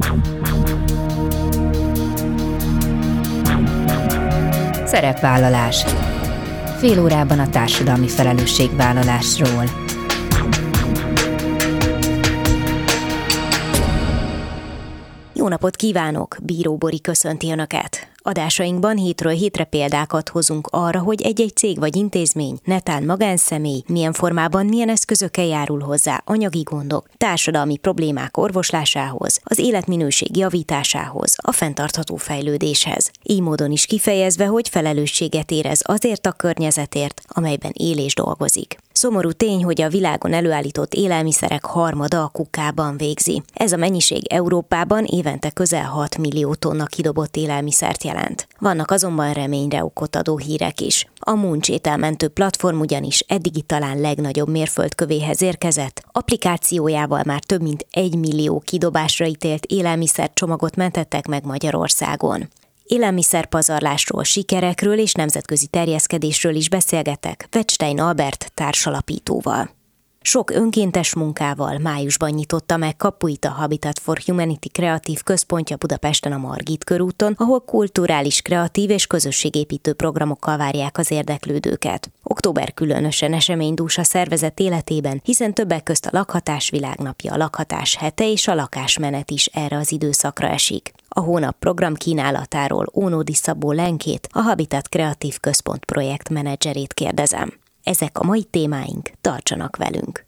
Szerepvállalás. Fél órában a társadalmi felelősségvállalásról. Jó napot kívánok! Bíró Bori köszönti Önöket! Adásainkban hétről hétre példákat hozunk arra, hogy egy-egy cég vagy intézmény, netán magánszemély, milyen formában, milyen eszközökkel járul hozzá anyagi gondok, társadalmi problémák orvoslásához, az életminőség javításához, a fenntartható fejlődéshez. Így módon is kifejezve, hogy felelősséget érez azért a környezetért, amelyben él és dolgozik. Szomorú tény, hogy a világon előállított élelmiszerek harmada a kukában végzi. Ez a mennyiség Európában évente közel 6 millió tonna kidobott élelmiszert jelent. Vannak azonban reményre okot adó hírek is. A Munch ételmentő platform ugyanis eddigi talán legnagyobb mérföldkövéhez érkezett. Applikációjával már több mint 1 millió kidobásra ítélt élelmiszercsomagot mentettek meg Magyarországon. Élelmiszerpazarlásról, sikerekről és nemzetközi terjeszkedésről is beszélgetek Wettstein Albert társalapítóval. Sok önkéntes munkával májusban nyitotta meg kapuit a Habitat for Humanity kreatív központja Budapesten a Margit körúton, ahol kulturális, kreatív és közösségépítő programokkal várják az érdeklődőket. Október különösen eseménydús a szervezet életében, hiszen többek közt a Lakhatás Világnapja, a Lakhatás hete és a Lakásmenet is erre az időszakra esik. A hónap program kínálatáról Ónodi Szabó Lenkét, a Habitat Kreatív Központ projektmenedzserét kérdezem. Ezek a mai témáink, tartsanak velünk!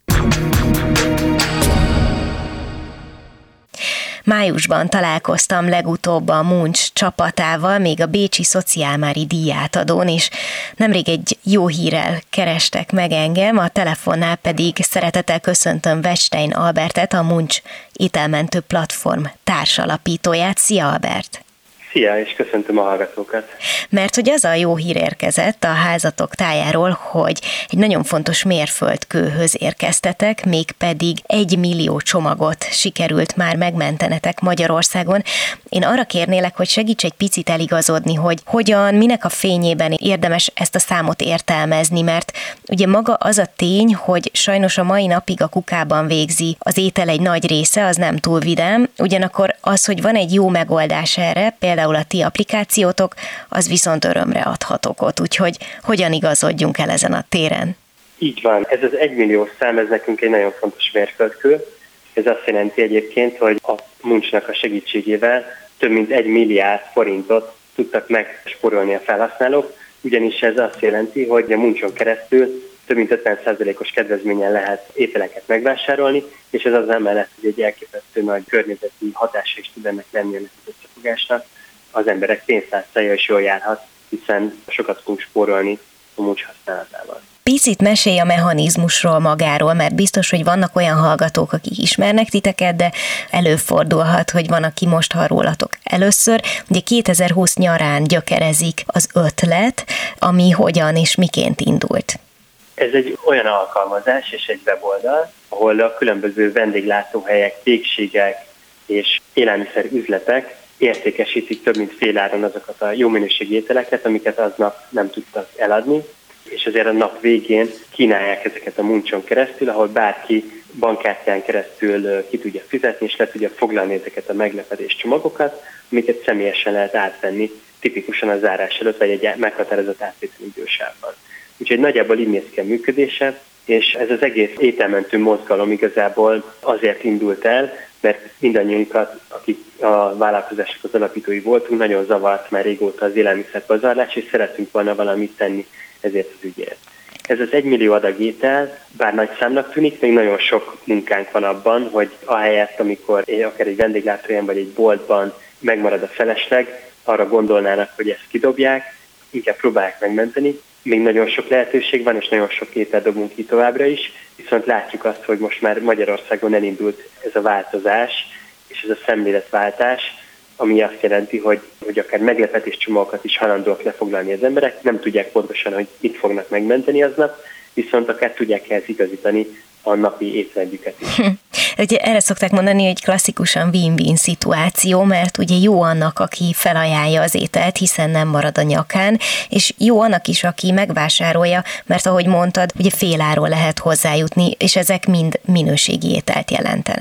Májusban találkoztam legutóbb a Munch csapatával, még a Bécsi Szociálmári díjátadón, és nemrég egy jó hírrel kerestek meg engem, a telefonnál pedig szeretettel köszöntöm Wettstein Albertet, a Munch ételmentő platform társalapítóját. Szia, Albert! Szia, és köszöntöm a hallgatókat! Mert hogy az a jó hír érkezett a házatok tájáról, hogy egy nagyon fontos mérföldkőhöz érkeztetek, mégpedig 1 millió csomagot sikerült már megmentenetek Magyarországon. Én arra kérnélek, hogy segíts egy picit eligazodni, hogy hogyan, minek a fényében érdemes ezt a számot értelmezni, mert ugye maga az a tény, hogy sajnos a mai napig a kukában végzi az étel egy nagy része, az nem túl vidám, ugyanakkor az, hogy van egy jó megoldás erre, például a ti applikációtok, az viszont örömre adhat okot, úgyhogy hogyan igazodjunk el ezen a téren? Így van, ez az 1 millió szám, ez nekünk egy nagyon fontos mérföldkő. Ez azt jelenti egyébként, hogy a Munchnak a segítségével több mint 1 milliárd forintot tudtak megspórolni a felhasználók, ugyanis ez azt jelenti, hogy a Munchon keresztül több mint 50%-os kedvezményen lehet ételeket megvásárolni, és ez az emellett, hogy egy elképesztő nagy környezeti hatása is tud ennek lenni ennek az összefogásnak. Az emberek pénztárcája is jól járhat, hiszen sokat tudunk spórolni a Munch használatával. Picit mesélj a mechanizmusról magáról, mert biztos, hogy vannak olyan hallgatók, akik ismernek titeket, de előfordulhat, hogy van, aki most hall rólatok először. Ugye 2020 nyarán gyökerezik az ötlet, ami hogyan és miként indult. Ez egy olyan alkalmazás és egy weboldal, ahol a különböző vendéglátóhelyek, cégségek és élelmiszerüzletek értékesítik több mint féláron azokat a jó minőségű ételeket, amiket aznap nem tudtak eladni, és azért a nap végén kínálják ezeket a Munchon keresztül, ahol bárki bankkártyán keresztül ki tudja fizetni, és le tudja foglalni ezeket a meglepetés csomagokat, amiket személyesen lehet átvenni, tipikusan a zárás előtt, vagy egy meghatározott átvételi idősávban. Úgyhogy nagyjából így néz ki a működése, és ez az egész ételmentő mozgalom igazából azért indult el, mert mindannyiunkat, akik a vállalkozások az alapítói voltunk, nagyon zavart már régóta az élelmiszerpazarlás, és szeretünk volna valamit tenni ezért az ügyért. Ez az 1 millió adag étel, bár nagy számnak tűnik, még nagyon sok munkánk van abban, hogy ahelyett, amikor akár egy vendéglátóhelyen vagy egy boltban megmarad a felesleg, arra gondolnának, hogy ezt kidobják, inkább próbálják megmenteni. Még nagyon sok lehetőség van, és nagyon sok étel dobunk ki továbbra is, viszont látjuk azt, hogy most már Magyarországon elindult ez a változás, és ez a szemléletváltás, ami azt jelenti, hogy akár meglepetés csomagokat is hajlandóak lefoglalni az emberek, nem tudják pontosan, hogy mit fognak megmenteni aznap, viszont akár tudják ehhez igazítani a napi étrendjüket is. Ugye erre szokták mondani, hogy klasszikusan win-win szituáció, mert ugye jó annak, aki felajánlja az ételt, hiszen nem marad a nyakán, és jó annak is, aki megvásárolja, mert ahogy mondtad, ugye féláron lehet hozzájutni, és ezek mind minőségi ételt jelentenek.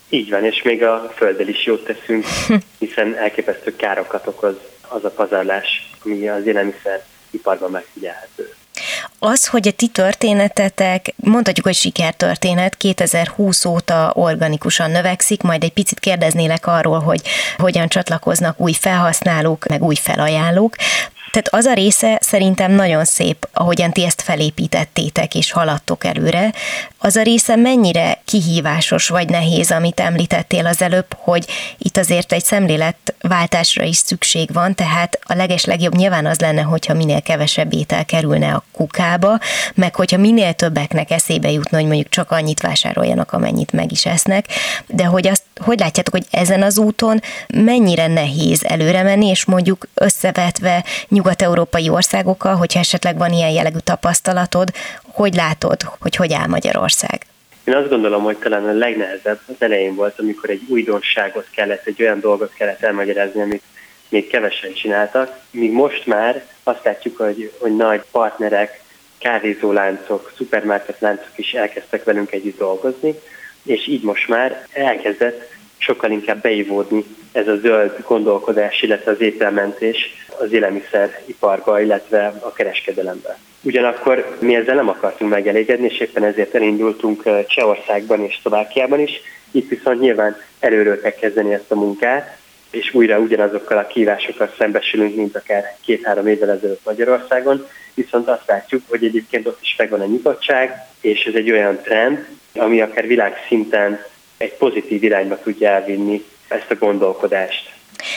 Így van, és még a Földdel is jót teszünk, hiszen elképesztő károkat okoz az a pazarlás, ami az élelmiszeriparban megfigyelhető. Az, hogy a ti történetetek, mondhatjuk, hogy sikertörténet, 2020 óta organikusan növekszik, majd egy picit kérdeznélek arról, hogy hogyan csatlakoznak új felhasználók, meg új felajánlók. Tehát az a része szerintem nagyon szép, ahogyan ti ezt felépítettétek és haladtok előre. Az a része mennyire kihívásos vagy nehéz, amit említettél az előbb, hogy itt azért egy szemléletváltásra is szükség van, tehát a legeslegjobb nyilván az lenne, hogyha minél kevesebb étel kerülne a kukába, meg hogyha minél többeknek eszébe jutna, hogy mondjuk csak annyit vásároljanak, amennyit meg is esznek, de hogy látjátok, hogy ezen az úton mennyire nehéz előre menni, és mondjuk összevetve nyugat-európai országokkal, hogyha esetleg van ilyen jellegű tapasztalatod, hogy látod, hogy áll Magyarország? Én azt gondolom, hogy talán a legnehezebb az elején volt, amikor egy újdonságot kellett, egy olyan dolgot kellett elmagyarázni, amit még kevesen csináltak, míg most már azt látjuk, hogy nagy partnerek, kávézóláncok, szupermarketláncok is elkezdtek velünk együtt dolgozni, és így most már elkezdett sokkal inkább beivódni ez a zöld gondolkodás, illetve az ételmentés az élelmiszeriparba, illetve a kereskedelembe. Ugyanakkor mi ezzel nem akartunk megelégedni, és éppen ezért elindultunk Csehországban és Szlovákiában is. Itt viszont nyilván előről kell kezdeni ezt a munkát, és újra ugyanazokkal a kihívásokkal szembesülünk, mint akár 2-3 évvel ezelőtt Magyarországon. Viszont azt látjuk, hogy egyébként ott is megvan a nyitottság, és ez egy olyan trend, ami akár világszinten egy pozitív irányba tudja elvinni ezt a gondolkodást.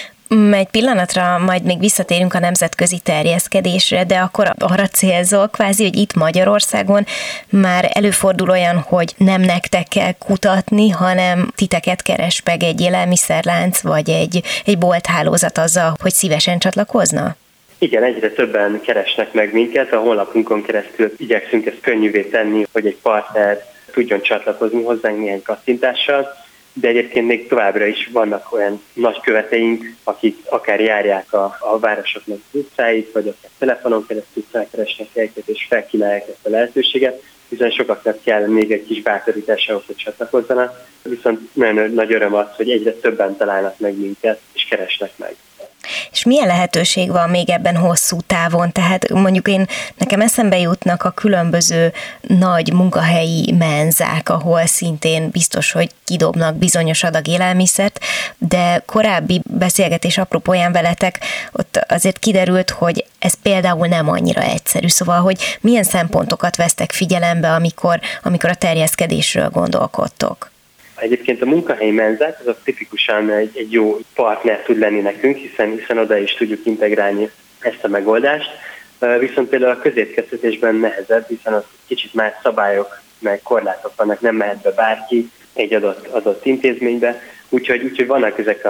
Egy pillanatra majd még visszatérünk a nemzetközi terjeszkedésre, de akkor arra célzol kvázi, hogy itt Magyarországon már előfordul olyan, hogy nem nektek kell kutatni, hanem titeket keres meg egy élelmiszerlánc, vagy egy bolthálózat azzal, hogy szívesen csatlakozna? Igen, egyre többen keresnek meg minket, a honlapunkon keresztül igyekszünk ezt könnyűvé tenni, hogy egy partner tudjon csatlakozni hozzánk néhány kattintással, de egyébként még továbbra is vannak olyan nagyköveteink, akik akár járják a városoknak az utcáit, vagy akár telefonon keresztül felkeresnek helyeket, és felkínálják ezt a lehetőséget, hiszen sokaknak kell még egy kis bátorítás ahhoz, hogy csatlakozzanak, viszont nagyon nagy öröm az, hogy egyre többen találnak meg minket, és keresnek meg. És milyen lehetőség van még ebben hosszú távon? Tehát mondjuk nekem eszembe jutnak a különböző nagy munkahelyi menzák, ahol szintén biztos, hogy kidobnak bizonyos adag élelmiszert, de korábbi beszélgetés apropóján veletek ott azért kiderült, hogy ez például nem annyira egyszerű. Szóval, hogy milyen szempontokat vesztek figyelembe, amikor a terjeszkedésről gondolkodtok? Egyébként a munkahelyi menzák azok tipikusan egy jó partner tud lenni nekünk, hiszen oda is tudjuk integrálni ezt a megoldást. Viszont például a közétkeztetésben nehezebb, hiszen az kicsit más szabályok, meg korlátok vannak, nem mehet be bárki egy adott intézménybe, úgyhogy vannak ezek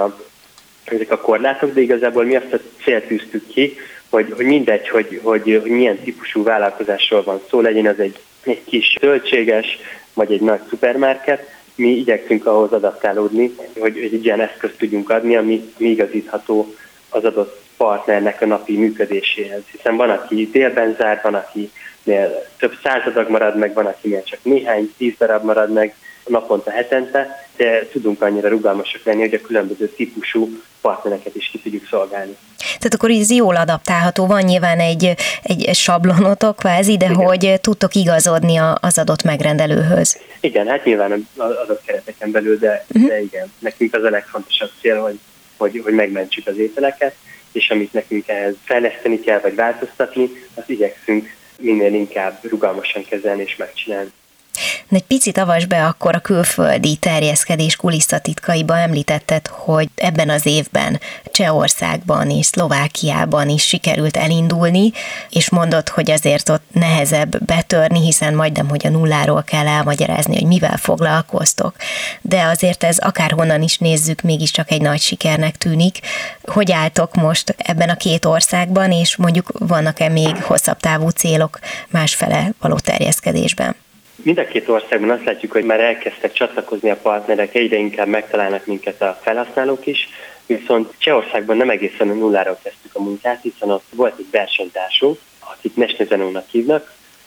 a korlátok, de igazából mi azt a célt tűztük ki, hogy mindegy, hogy milyen típusú vállalkozásról van szó, legyen az egy kis zöldséges, vagy egy nagy szupermarket, mi igyekszünk ahhoz adaptálódni, hogy egy ilyen eszközt tudjunk adni, ami igazítható az adott partnernek a napi működéséhez. Hiszen van, aki délben zár, van, akinél több századag marad meg, van, akinél csak néhány 10 darab marad meg naponta, hetente, de tudunk annyira rugalmasak lenni, hogy a különböző típusú partnereket is ki tudjuk szolgálni. Tehát akkor ez jól adaptálható, van nyilván egy sablonotok kvázi, de igen, hogy tudtok igazodni az adott megrendelőhöz. Igen, hát nyilván az adott kereteken belül, de igen, nekünk az a legfontosabb cél, hogy megmentsük az ételeket, és amit nekünk ehhez fejleszteni kell, vagy változtatni, azt igyekszünk minél inkább rugalmasan kezelni és megcsinálni. Egy picit avasd be akkor a külföldi terjeszkedés kulisszatitkaiba, említetted, hogy ebben az évben Csehországban és Szlovákiában is sikerült elindulni, és mondod, hogy azért ott nehezebb betörni, hiszen majdnem, hogy a nulláról kell elmagyarázni, hogy mivel foglalkoztok. De azért ez akárhonnan is nézzük, mégiscsak egy nagy sikernek tűnik. Hogy álltok most ebben a két országban, és mondjuk vannak-e még hosszabb távú célok másfele való terjeszkedésben? Mind a két országban azt látjuk, hogy már elkezdtek csatlakozni a partnerek, egyre inkább megtalálnak minket a felhasználók is, viszont Csehországban nem egészen a nulláról kezdtük a munkát, hiszen ott volt egy versenytársunk, akit Nesne Zenónak hívnak,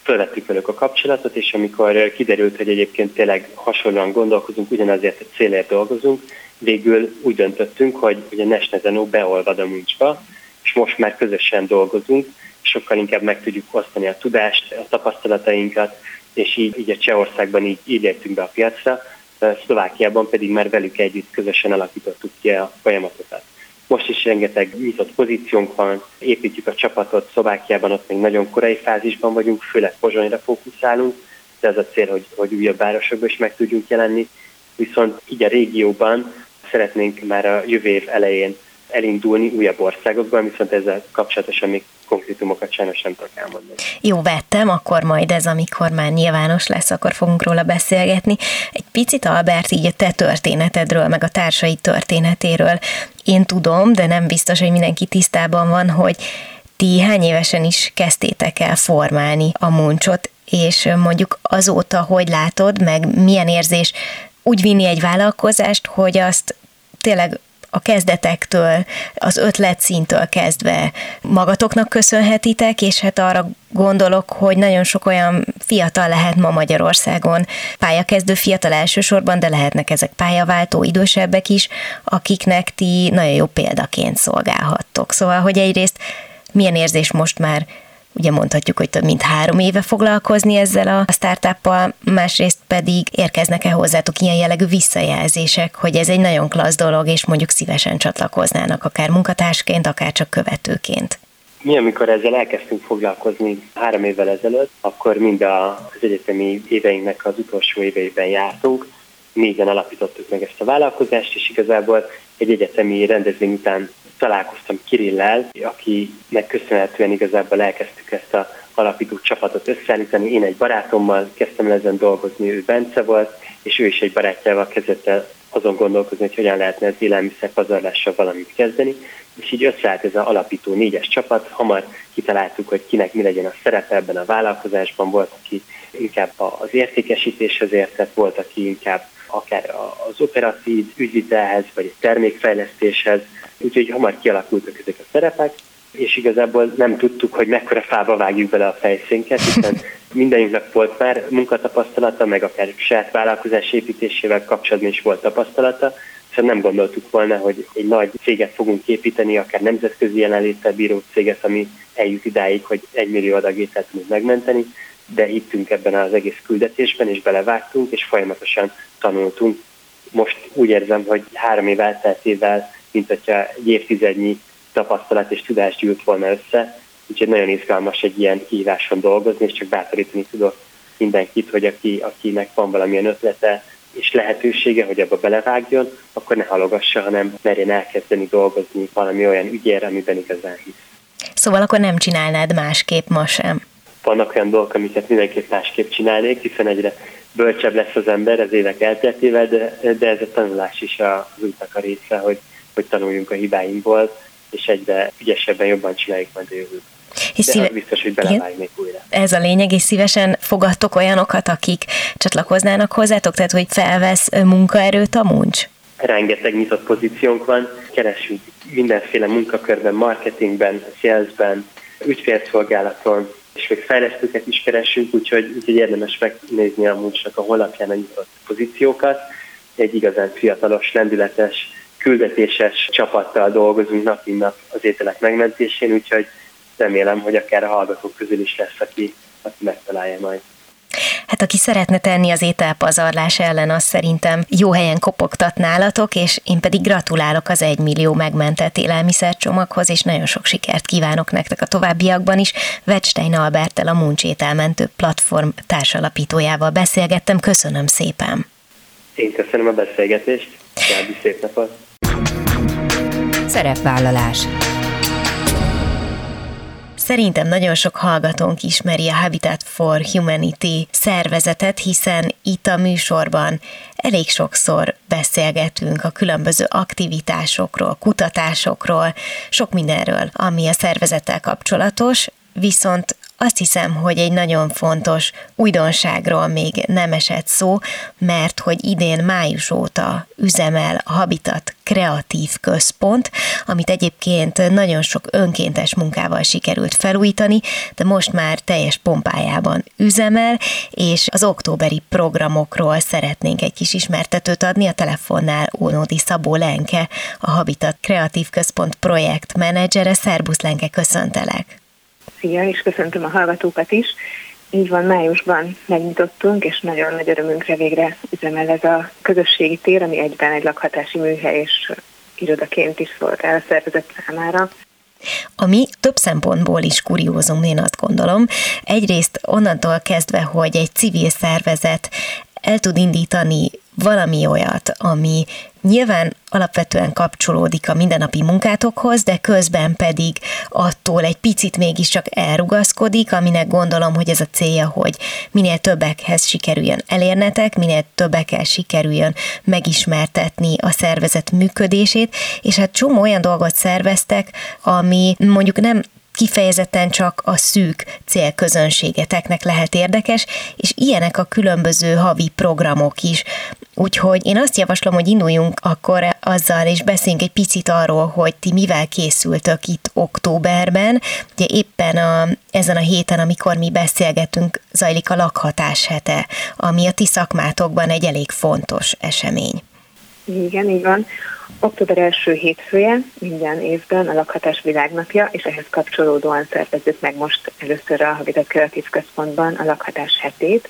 Fölvettük velük a kapcsolatot, és amikor kiderült, hogy egyébként tényleg hasonlóan gondolkozunk, ugyanazért a célért dolgozunk, végül úgy döntöttünk, hogy a Nesnezenó beolvad a Muncsba, és most már közösen dolgozunk, sokkal inkább meg tudjuk osztani a tudást, a tapasztalatainkat, és így a Csehországban így léptünk be a piacra, Szlovákiában pedig már velük együtt közösen alakítottuk ki a folyamatokat. Most is rengeteg nyitott pozíciónk van, építjük a csapatot, Szlovákiában ott még nagyon korai fázisban vagyunk, főleg Pozsonyra fókuszálunk, de ez a cél, hogy újabb városokban is meg tudjunk jelenni, viszont így a régióban szeretnénk már a jövő év elején elindulni újabb országokban, viszont ezzel kapcsolatosan még konkrétumokat sajnos nem tudok elmondani. Jó, vettem, akkor majd ez, amikor már nyilvános lesz, akkor fogunk róla beszélgetni. Egy picit, Albert, így a te történetedről, meg a társaid történetéről. Én tudom, de nem biztos, hogy mindenki tisztában van, hogy ti hány évesen is kezdtétek el formálni a Muncsot, és mondjuk azóta hogy látod, meg milyen érzés úgy vinni egy vállalkozást, hogy azt tényleg a kezdetektől, az ötletszíntől kezdve magatoknak köszönhetitek, és hát arra gondolok, hogy nagyon sok olyan fiatal lehet ma Magyarországon, pályakezdő fiatal elsősorban, de lehetnek ezek pályaváltó, idősebbek is, akiknek ti nagyon jó példaként szolgálhattok. Szóval, hogy egyrészt milyen érzés most már, ugye mondhatjuk, hogy több mint 3 éve foglalkozni ezzel a startuppal, másrészt pedig érkeznek-e hozzátok ilyen jellegű visszajelzések, hogy ez egy nagyon klassz dolog, és mondjuk szívesen csatlakoznának, akár munkatársként, akár csak követőként. Mi, amikor ezzel elkezdtünk foglalkozni 3 évvel ezelőtt, akkor mind az egyetemi éveinknek az utolsó éveiben jártunk, négyen alapítottuk meg ezt a vállalkozást, és igazából egy egyetemi rendezvény után találkoztam Kirillel, akinek köszönhetően igazából elkezdtük ezt az alapító csapatot összeállítani. Én egy barátommal kezdtem el ezen dolgozni, ő Bence volt, és ő is egy barátjával kezdett el azon gondolkozni, hogy hogyan lehetne az élelmiszerpazarlással valamit kezdeni, és így összeállt ez az alapító 4-es csapat. Hamar kitaláltuk, hogy kinek mi legyen a szerepe ebben a vállalkozásban. Volt, aki inkább az értékesítéshez értett, volt, aki inkább akár az operatív ügyvitelhez, vagy a termékfejlesztéshez, úgyhogy hamar kialakultak ezek a szerepek, és igazából nem tudtuk, hogy mekkora fába vágjuk bele a fejszénket, hiszen mindenünknek volt már munkatapasztalata, meg akár saját vállalkozás építésével kapcsolatban is volt tapasztalata, szóval nem gondoltuk volna, hogy egy nagy céget fogunk építeni, akár nemzetközi jelenléttel bíró céget, ami eljut idáig, hogy 1 millió adag ételt tudunk megmenteni, de hittünk ebben az egész küldetésben, és belevágtunk, és folyamatosan tanultunk. Most úgy érzem, hogy 3 év elteltével, mint hogyha egy évtizednyi tapasztalat és tudást gyűlt volna össze, úgyhogy nagyon izgalmas egy ilyen kihíváson dolgozni, és csak bátorítani tudok mindenkit, hogy akinek van valamilyen ötlete és lehetősége, hogy abba belevágjon, akkor ne halogassa, hanem merjen elkezdeni dolgozni valami olyan ügyére, amiben igazán hisz. Szóval akkor nem csinálnád másképp ma sem? Vannak olyan dolgok, amiket mindenképp másképp csinálnék, hiszen egyre bölcsebb lesz az ember az évek elteltével, de ez a tanulás is az útnak a része, hogy tanuljunk a hibáinkból, és egyre ügyesebben jobban csináljuk majd a jövőt. De az biztos, hogy belevágnék újra. Ez a lényeg, és szívesen fogadtok olyanokat, akik csatlakoznának hozzátok, tehát hogy felvesz munkaerőt a Muncs? Rengeteg nyitott pozíciónk van, keresünk mindenféle munkakörben, marketingben, salesben, ügyfélszolgálaton, és még fejlesztőket is keresünk, úgyhogy érdemes megnézni a Muncsnak a honlapján a nyitott pozíciókat. Egy igazán fiatalos, lendületes, küldetéses csapattal dolgozunk nap mint nap az ételek megmentésén, úgyhogy remélem, hogy akár a hallgatók közül is lesz, aki megtalálja majd. Hát aki szeretne tenni az ételpazarlás ellen, az szerintem jó helyen kopogtat nálatok, és én pedig gratulálok az 1 millió megmentett élelmiszercsomaghoz, és nagyon sok sikert kívánok nektek a továbbiakban is. Wettstein Alberttel, a Muncs ételmentő platform társalapítójával beszélgettem. Köszönöm szépen! Én köszönöm a beszélgetést, további szép napot! Szerepvállalás. Szerintem nagyon sok hallgatónk ismeri a Habitat for Humanity szervezetet, hiszen itt a műsorban elég sokszor beszélgetünk a különböző aktivitásokról, kutatásokról, sok mindenről, ami a szervezettel kapcsolatos, viszont azt hiszem, hogy egy nagyon fontos újdonságról még nem esett szó, mert hogy idén május óta üzemel a Habitat Kreatív Központ, amit egyébként nagyon sok önkéntes munkával sikerült felújítani, de most már teljes pompájában üzemel, és az októberi programokról szeretnénk egy kis ismertetőt adni. A telefonnál Ónodi Szabó Lenke, a Habitat Kreatív Központ projektmenedzsere. Szerbusz Lenke, köszöntelek! Szia, és köszöntöm a hallgatókat is. Így van, májusban megnyitottunk, és nagyon nagy örömünkre végre üzemel ez a közösségi tér, ami egyben egy lakhatási műhely és irodaként is szolgál a szervezet számára. Ami több szempontból is kuriózum, én azt gondolom. Egyrészt onnantól kezdve, hogy egy civil szervezet el tud indítani valami olyat, ami nyilván alapvetően kapcsolódik a mindennapi munkátokhoz, de közben pedig attól egy picit mégiscsak elrugaszkodik, aminek gondolom, hogy ez a célja, hogy minél többekhez sikerüljön elérnetek, minél többekkel sikerüljön megismertetni a szervezet működését, és hát csomó olyan dolgot szerveztek, ami mondjuk nem kifejezetten csak a szűk célközönségeteknek lehet érdekes, és ilyenek a különböző havi programok is. Úgyhogy én azt javaslom, hogy induljunk akkor azzal, és beszéljünk egy picit arról, hogy ti mivel készültök itt októberben. Ugye éppen ezen a héten, amikor mi beszélgetünk, zajlik a lakhatás hete, ami a ti szakmátokban egy elég fontos esemény. Igen, így van. Október első hétfője minden évben a Lakhatás Világnapja, és ehhez kapcsolódóan szervezzük meg most először a Habitat Kreatív Központban a Lakhatás hetét,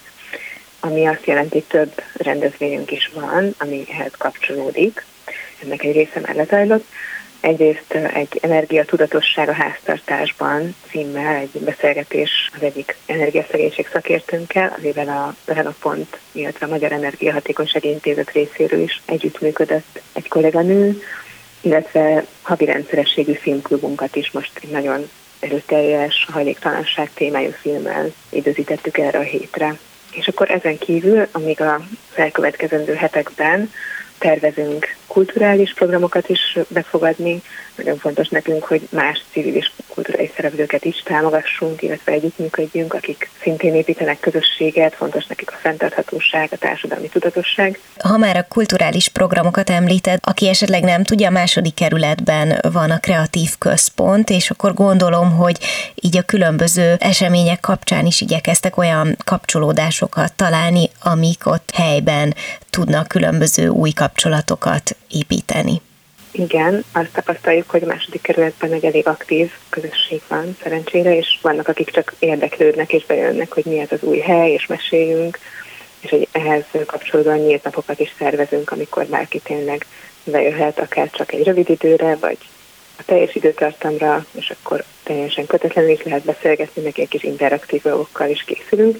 ami azt jelenti, hogy több rendezvényünk is van, ami ehhez kapcsolódik. Ennek egy része már lezajlott. Egyrészt egy energiatudatosság a háztartásban címmel egy beszélgetés az egyik energiaszegénység szakértőnkkel, amivel a Renopont, illetve a Magyar Energiahatékonysági Intézet részéről is együttműködött egy kolléganő, illetve havi rendszerességű filmklubunkat is most egy nagyon erőteljes hajléktalanság témájú filmmel időzítettük erre a hétre. És akkor ezen kívül, amíg az elkövetkezendő hetekben tervezünk kulturális programokat is befogadni. Nagyon fontos nekünk, hogy más civil és kulturális szereplőket is támogassunk, illetve együttműködjünk, akik szintén építenek közösséget, fontos nekik a fenntarthatóság, a társadalmi tudatosság. Ha már a kulturális programokat említed, aki esetleg nem tudja, a második kerületben van a Kreatív Központ, és akkor gondolom, hogy így a különböző események kapcsán is igyekeztek olyan kapcsolódásokat találni, amik ott helyben tudnak különböző új kapcsolatokat építeni. Igen, azt tapasztaljuk, hogy a második kerületben egy elég aktív közösség van szerencsére, és vannak, akik csak érdeklődnek és bejönnek, hogy mi ez az új hely, és meséljünk, és hogy ehhez kapcsolódóan nyílt napokat is szervezünk, amikor bárki tényleg bejöhet, akár csak egy rövid időre, vagy a teljes időtartamra, és akkor teljesen kötetlenül is lehet beszélgetni, meg egy kis interaktív dolgokkal is készülünk.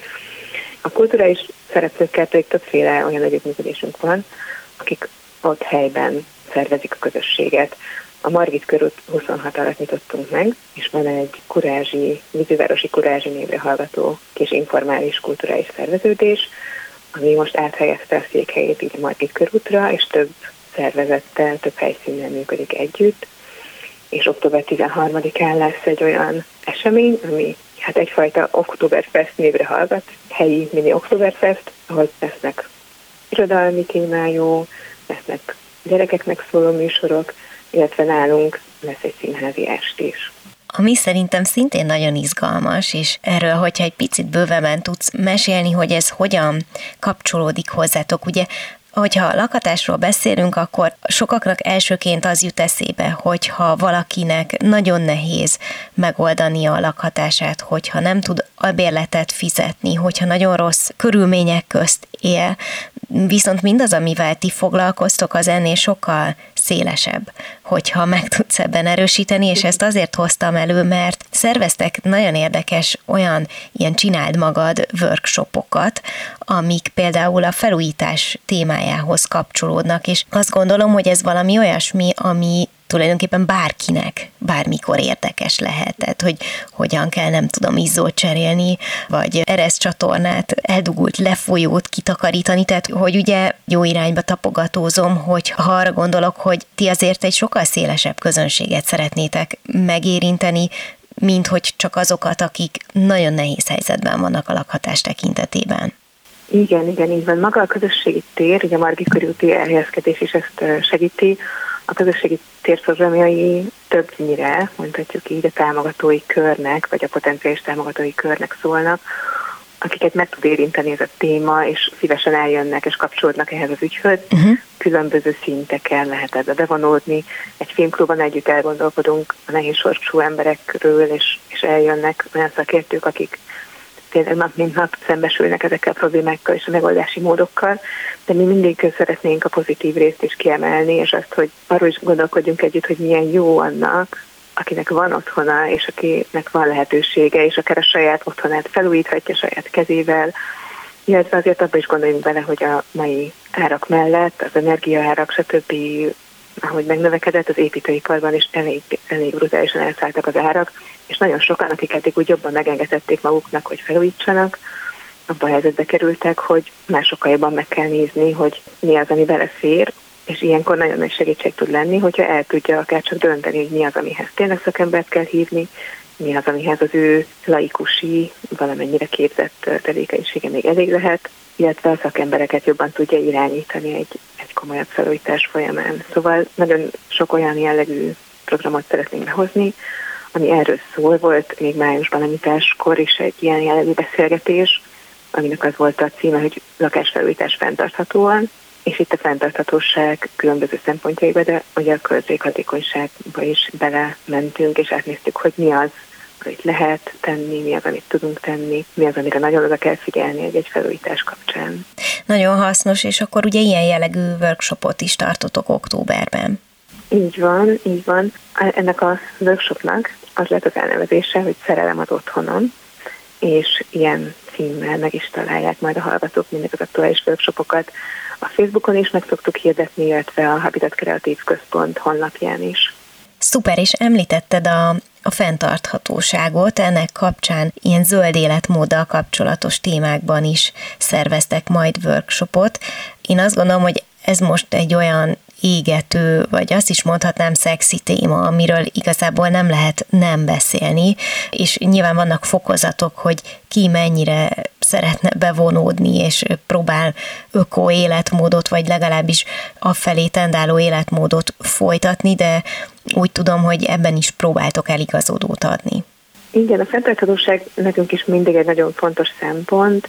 A kulturális szereplőkkel pedig többféle olyan együttműködésünk van, akik ott helyben szervezik a közösséget. A Margit körút 26 alatt nyitottunk meg, és van egy vízővárosi kurázsi névre hallgató kis informális kulturális szerveződés, ami most áthelyezte a székhelyét így a Margit körútra, és több szervezettel, több helyszínen működik együtt. És október 13-án lesz egy olyan esemény, ami hát egyfajta Oktoberfest névre hallgat, helyi mini Oktoberfest, ahol lesznek irodalmi témájú, lesznek gyerekeknek szóló műsorok, illetve nálunk lesz egy színházi est is. Ami szerintem szintén nagyon izgalmas, és erről, hogyha egy picit bővebben tudsz mesélni, hogy ez hogyan kapcsolódik hozzátok. Ugye, hogyha a lakhatásról beszélünk, akkor sokaknak elsőként az jut eszébe, hogyha valakinek nagyon nehéz megoldani a lakhatását, hogyha nem tud albérletet fizetni, hogyha nagyon rossz körülmények közt él, viszont mindaz, amivel ti foglalkoztok, az ennél sokkal szélesebb, hogyha meg tudsz ebben erősíteni, és ezt azért hoztam elő, mert szerveztek nagyon érdekes olyan ilyen csináld magad workshopokat, amik például a felújítás témájához kapcsolódnak, és azt gondolom, hogy ez valami olyasmi, ami tulajdonképpen bárkinek bármikor érdekes lehet. Tehát, hogy hogyan kell, nem tudom, izzót cserélni, vagy ereszcsatornát, eldugult lefolyót kitakarítani, tehát, hogy ugye jó irányba tapogatózom, hogy ha arra gondolok, hogy ti azért egy sokkal szélesebb közönséget szeretnétek megérinteni, mint hogy csak azokat, akik nagyon nehéz helyzetben vannak a lakhatás tekintetében. Igen, így van. Maga a közösségi tér, ugye a Margit körúti elhelyezkedés is ezt segíti. A közösségi tér programjai többnyire, mondhatjuk így, a támogatói körnek, vagy a potenciális támogatói körnek szólnak, akiket meg tud érinteni ez a téma, és szívesen eljönnek és kapcsolódnak ehhez az ügyhöz. Különböző szinteken lehet ebbe bevonódni. Egy filmklubban együtt elgondolkodunk a nehéz sorsú emberekről, és eljönnek olyan szakértők, akik tényleg nap mint nap szembesülnek ezekkel a problémákkal és a megoldási módokkal, de mi mindig szeretnénk a pozitív részt is kiemelni, és azt, hogy arról is gondolkodjunk együtt, hogy milyen jó annak, akinek van otthona, és akinek van lehetősége, és akár a saját otthonát felújíthatja saját kezével, illetve azért abban is gondoljunk bele, hogy a mai árak mellett, az energiaárak, stb., ahogy megnövekedett, az építőiparban is elég brutálisan elszálltak az árak, és nagyon sokan, akik eddig úgy jobban megengedhették maguknak, hogy felújítsanak, abban a helyzetbe kerültek, hogy már sokkal jobban meg kell nézni, hogy mi az, ami belefér, és ilyenkor nagyon nagy segítség tud lenni, hogyha el tudja akár csak dönteni, hogy mi az, amihez tényleg szakembert kell hívni, mi az, amihez az ő laikusi, valamennyire képzett tevékenysége még elég lehet, illetve a szakembereket jobban tudja irányítani egy komolyabb felújítás folyamán. Szóval nagyon sok olyan jellegű programot szeretnénk behozni, ami erről szól. Volt még májusban a nyitáskor is egy ilyen jellegű beszélgetés, aminek az volt a címe, hogy lakásfelújítás fenntarthatóan, és itt a fenntarthatóság különböző szempontjaiba, de ugye a költséghatékonyságba is belementünk, és átnéztük, hogy mi az, amit lehet tenni, mi az, amit tudunk tenni, mi az, amire nagyon oda kell figyelni egy felújítás kapcsán. Nagyon hasznos, és akkor ugye ilyen jellegű workshopot is tartotok októberben. Így van. Ennek a workshopnak az lett az elnevezése, hogy Szerelem az otthonon, és ilyen címmel meg is találják majd a hallgatók mindig az aktuális workshopokat. A Facebookon is meg szoktuk hirdetni, illetve a Habitat Kreatív Központ honlapján is. Szuper, és említetted a fenntarthatóságot, ennek kapcsán ilyen zöld életmóddal kapcsolatos témákban is szerveztek majd workshopot. Én azt gondolom, hogy ez most egy olyan égető, vagy azt is mondhatnám szexi téma, amiről igazából nem lehet nem beszélni, és nyilván vannak fokozatok, hogy ki mennyire szeretne bevonódni, és próbál öko életmódot, vagy legalábbis afelé tendáló életmódot folytatni, de úgy tudom, hogy ebben is próbáltok eligazodót adni. Igen, a fenntarthatóság nekünk is mindig egy nagyon fontos szempont.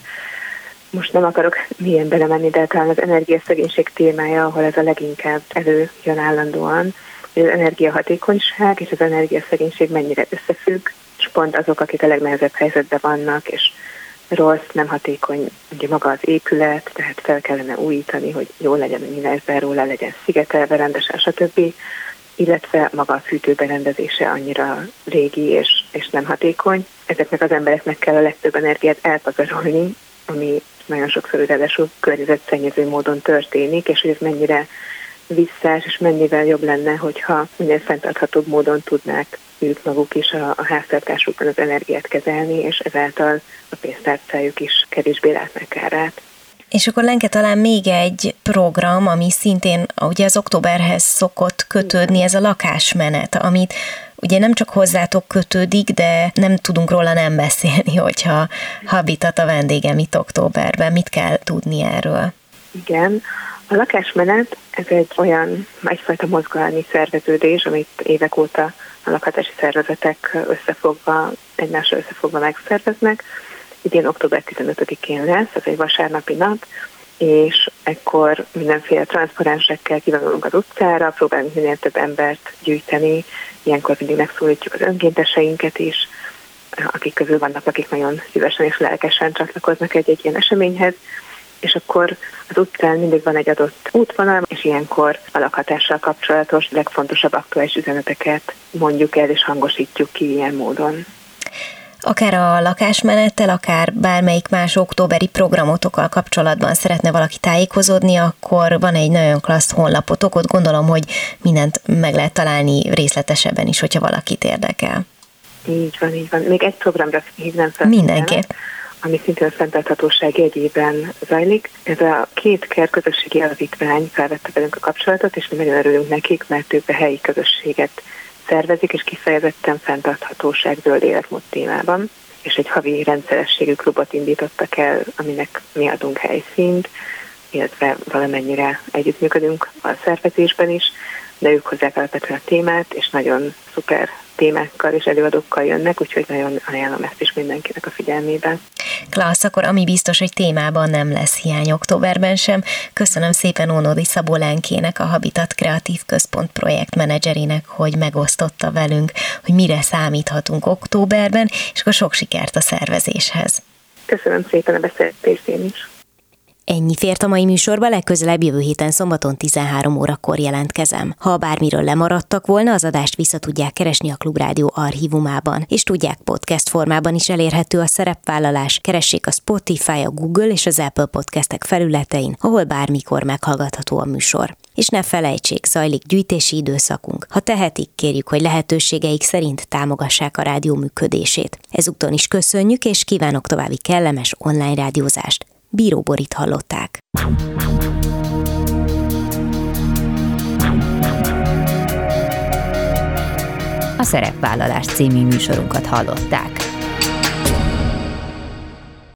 Most nem akarok mélyen belemenni, de talán az energiaszegénység témája, ahol ez a leginkább előjön állandóan, hogy az energiahatékonyság és az energiaszegénység mennyire összefügg, és pont azok, akik a legnehezebb helyzetben vannak, és rossz, nem hatékony ugye maga az épület, tehát fel kellene újítani, hogy jól legyen, hogy minden róla legyen szigetelve, rendesen, stb., illetve maga a fűtőberendezése annyira régi és nem hatékony. Ezeknek az embereknek kell a legtöbb energiát elpazarolni, ami nagyon sokszor ráadásul környezetszennyező módon történik, és hogy ez mennyire visszás, és mennyivel jobb lenne, hogyha minél fenntarthatóbb módon tudnák ők maguk is a háztartásukban az energiát kezelni, és ezáltal a pénztárcájuk is kevésbé látnak kárát. És akkor Lenke, talán még egy program, ami szintén ugye az októberhez szokott kötődni, ez a lakásmenet, amit ugye nem csak hozzátok kötődik, de nem tudunk róla nem beszélni, hogyha Habitat a vendégem itt októberben. Mit kell tudni erről? Igen, a lakásmenet ez egy olyan egyfajta mozgalmi szerveződés, amit évek óta a lakhatási szervezetek egymással összefogva megszerveznek. Idén október 15-én lesz, ez egy vasárnapi nap, és ekkor mindenféle transzparensekkel kivonulunk az utcára, próbálunk minél több embert gyűjteni, ilyenkor mindig megszólítjuk az önkénteseinket is, akik közül vannak, akik nagyon szívesen és lelkesen csatlakoznak egy ilyen eseményhez, és akkor az utcán mindig van egy adott útvonal, és ilyenkor a lakhatással kapcsolatos legfontosabb aktuális üzeneteket mondjuk el és hangosítjuk ki ilyen módon. Akár a lakásmenettel, akár bármelyik más októberi programotokkal kapcsolatban szeretne valaki tájékozódni, akkor van egy nagyon klassz honlapotok, ott gondolom, hogy mindent meg lehet találni részletesebben is, hogyha valakit érdekel. Így van. Még egy programra hívnám fel. Mindenképp. Ami szintén a fenntarthatóság jegyében zajlik. Ez a Két Ker közösségi alapítvány felvette velünk a kapcsolatot, és mi nagyon örülünk nekik, mert ők a helyi közösséget szervezik, és kifejezetten fenntarthatóság, zöld életmód témában, és egy havi rendszerességű klubot indítottak el, aminek mi adunk helyszínt, illetve valamennyire együttműködünk a szervezésben is, de ők hozzák alapvetően a témát, és nagyon szuper témákkal és előadókkal jönnek, úgyhogy nagyon ajánlom ezt is mindenkinek a figyelmébe. Klassz, akkor ami biztos, hogy témában nem lesz hiány októberben sem. Köszönöm szépen Ónodi Szabó Lenkének, a Habitat Kreatív Központ projektmenedzserének, hogy megosztotta velünk, hogy mire számíthatunk októberben, és akkor sok sikert a szervezéshez. Köszönöm szépen a beszélgetést én is. Ennyi fért a mai műsorba, legközelebb jövő héten szombaton 13 órakor jelentkezem. Ha bármiről lemaradtak volna, az adást vissza tudják keresni a Klubrádió archívumában, és tudják, podcast formában is elérhető a szerepvállalás. Keressék a Spotify, a Google és az Apple podcastek felületein, ahol bármikor meghallgatható a műsor. És ne felejtsék, zajlik gyűjtési időszakunk. Ha tehetik, kérjük, hogy lehetőségeik szerint támogassák a rádió működését. Ezúton is köszönjük, és kívánok további kellemes online rádiózást. Bíró Borit hallották. A Szerepvállalás című műsorunkat hallották.